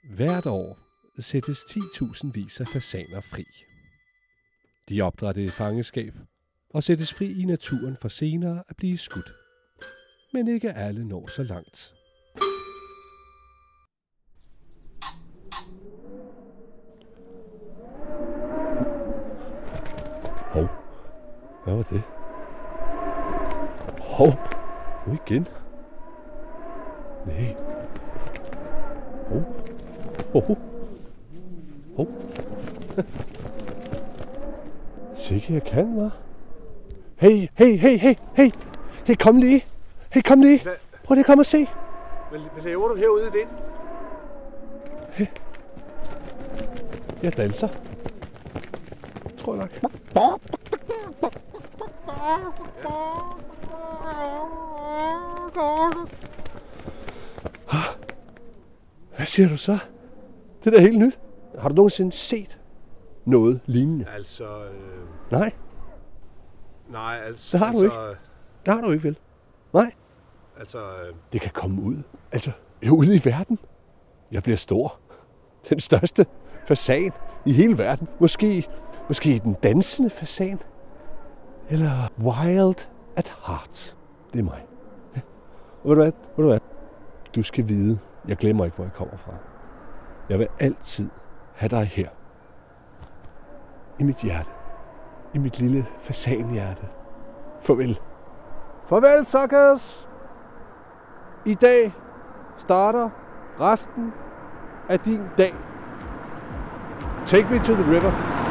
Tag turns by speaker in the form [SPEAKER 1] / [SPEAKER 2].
[SPEAKER 1] Hvert år sættes 10.000 vis af fasaner fri. De er opdrættet i fangenskab og sættes fri i naturen for senere at blive skudt. Men ikke alle når så langt. Hov, hvad var det? Hov, nu igen. Nej. Hov. Hov. Hov. Sikke jeg kan, hva'? Hey. Hey, kom lige. Prøv lige at komme og se.
[SPEAKER 2] Hvad laver du herude i vinden?
[SPEAKER 1] Hey. Jeg danser. Tror jeg nok. Hvad siger du så? Det er da helt nyt. Har du nogensinde set noget lignende?
[SPEAKER 2] Altså...
[SPEAKER 1] Nej,
[SPEAKER 2] Nej, altså...
[SPEAKER 1] det har du ikke. Det har du ikke, vel? Nej.
[SPEAKER 2] Altså...
[SPEAKER 1] Det kan komme ud. Altså, ude i verden. Jeg bliver stor. Den største fasan i hele verden. Måske den dansende fasan. Eller wild at heart. Det er mig. Ja. Og ved du hvad? Du skal vide, jeg glemmer ikke, hvor jeg kommer fra. Jeg vil altid have dig her. I mit hjerte. I mit lille fasanhjerte. Farvel. Farvel, suckers! I dag starter resten af din dag. Take me to the river.